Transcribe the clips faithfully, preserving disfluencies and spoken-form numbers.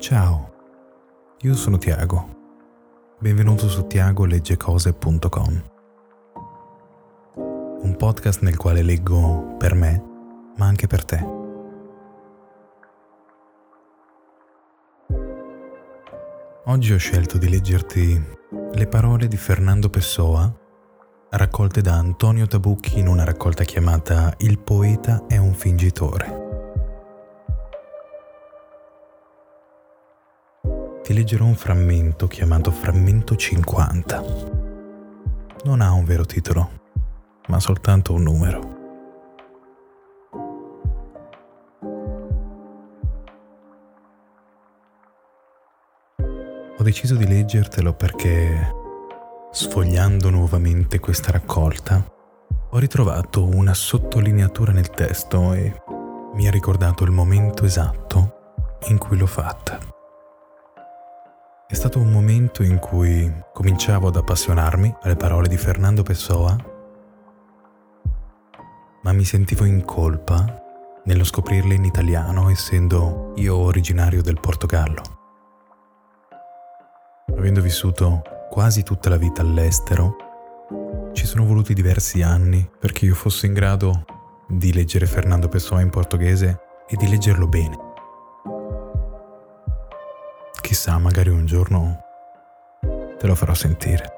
Ciao, io sono Tiago. Benvenuto su tiago legge cose punto com, un podcast nel quale leggo per me, ma anche per te. Oggi ho scelto di leggerti le parole di Fernando Pessoa, raccolte da Antonio Tabucchi in una raccolta chiamata Il poeta è un fingitore. Ti leggerò un frammento chiamato Frammento cinquanta. Non ha un vero titolo, ma soltanto un numero. Ho deciso di leggertelo perché, sfogliando nuovamente questa raccolta, ho ritrovato una sottolineatura nel testo e mi ha ricordato il momento esatto in cui l'ho fatta. È stato un momento in cui cominciavo ad appassionarmi alle parole di Fernando Pessoa, ma mi sentivo in colpa nello scoprirle in italiano, essendo io originario del Portogallo. Avendo vissuto quasi tutta la vita all'estero, ci sono voluti diversi anni perché io fossi in grado di leggere Fernando Pessoa in portoghese e di leggerlo bene. Chissà, magari un giorno te lo farò sentire.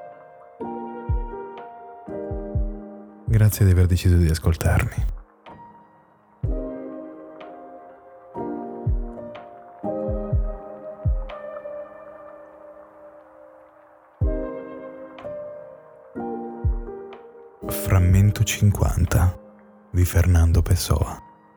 Grazie di aver deciso di ascoltarmi. Frammento cinquanta di Fernando Pessoa.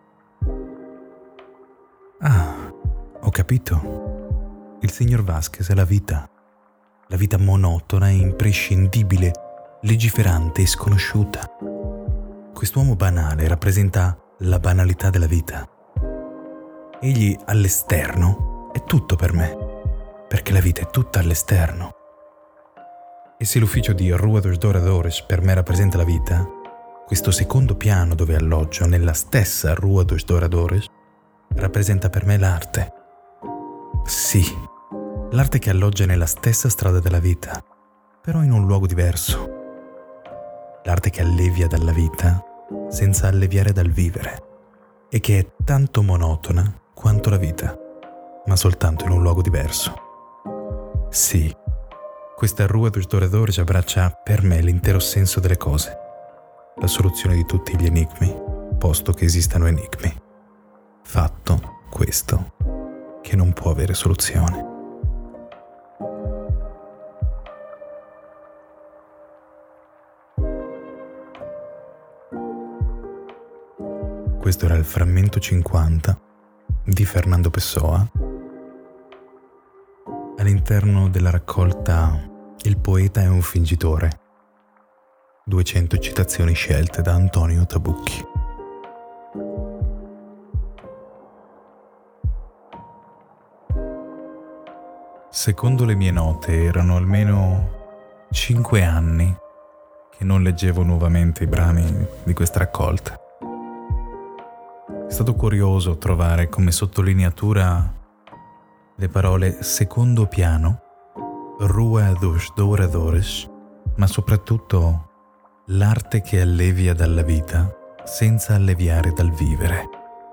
Ah, ho capito. Il signor Vasquez è la vita, la vita monotona e imprescindibile, legiferante e sconosciuta. Quest'uomo banale rappresenta la banalità della vita. Egli all'esterno è tutto per me, perché la vita è tutta all'esterno. E se l'ufficio di Rua dos Douradores per me rappresenta la vita, questo secondo piano dove alloggio nella stessa Rua dos Douradores rappresenta per me l'arte. Sì, l'arte che alloggia nella stessa strada della vita, però in un luogo diverso. L'arte che allevia dalla vita senza alleviare dal vivere e che è tanto monotona quanto la vita, ma soltanto in un luogo diverso. Sì, questa Rua dos Douradores abbraccia per me l'intero senso delle cose, la soluzione di tutti gli enigmi, posto che esistano enigmi. Fatto questo che non può avere soluzione. Questo era il frammento cinquanta di Fernando Pessoa all'interno della raccolta Il poeta è un fingitore, duecento citazioni scelte da Antonio Tabucchi. Secondo le mie note erano almeno cinque anni che non leggevo nuovamente i brani di questa raccolta. È stato curioso trovare come sottolineatura le parole secondo piano, Rua dos Douradores, ma soprattutto l'arte che allevia dalla vita senza alleviare dal vivere.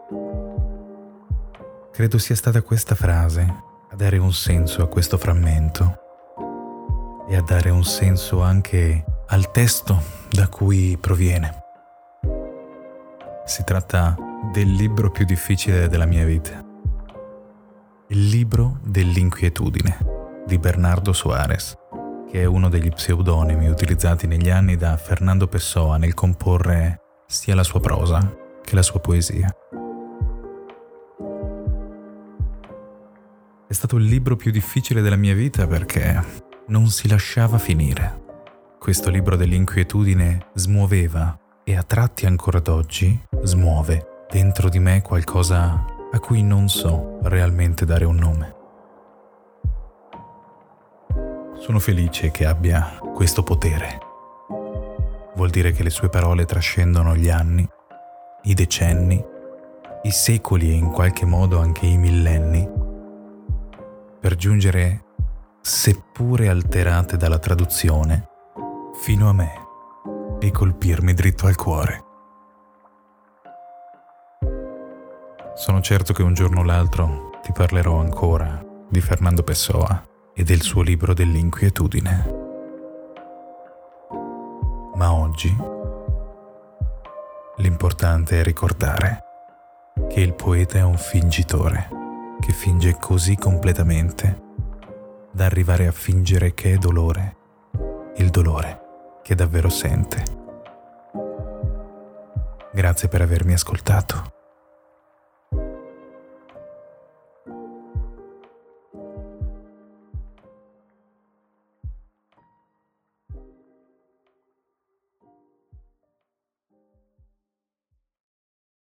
Credo sia stata questa frase a dare un senso a questo frammento e a dare un senso anche al testo da cui proviene. Si tratta del libro più difficile della mia vita. Il libro dell'inquietudine di Bernardo Soares, che è uno degli pseudonimi utilizzati negli anni da Fernando Pessoa nel comporre sia la sua prosa che la sua poesia. È stato il libro più difficile della mia vita perché non si lasciava finire. Questo libro dell'inquietudine smuoveva e a tratti ancora ad oggi smuove dentro di me qualcosa a cui non so realmente dare un nome. Sono felice che abbia questo potere. Vuol dire che le sue parole trascendono gli anni, i decenni, i secoli e in qualche modo anche i millenni per giungere, seppure alterate dalla traduzione, fino a me e colpirmi dritto al cuore. Sono certo che un giorno o l'altro ti parlerò ancora di Fernando Pessoa e del suo libro dell'inquietudine. Ma oggi l'importante è ricordare che il poeta è un fingitore che finge così completamente da arrivare a fingere che è dolore, il dolore che davvero sente. Grazie per avermi ascoltato.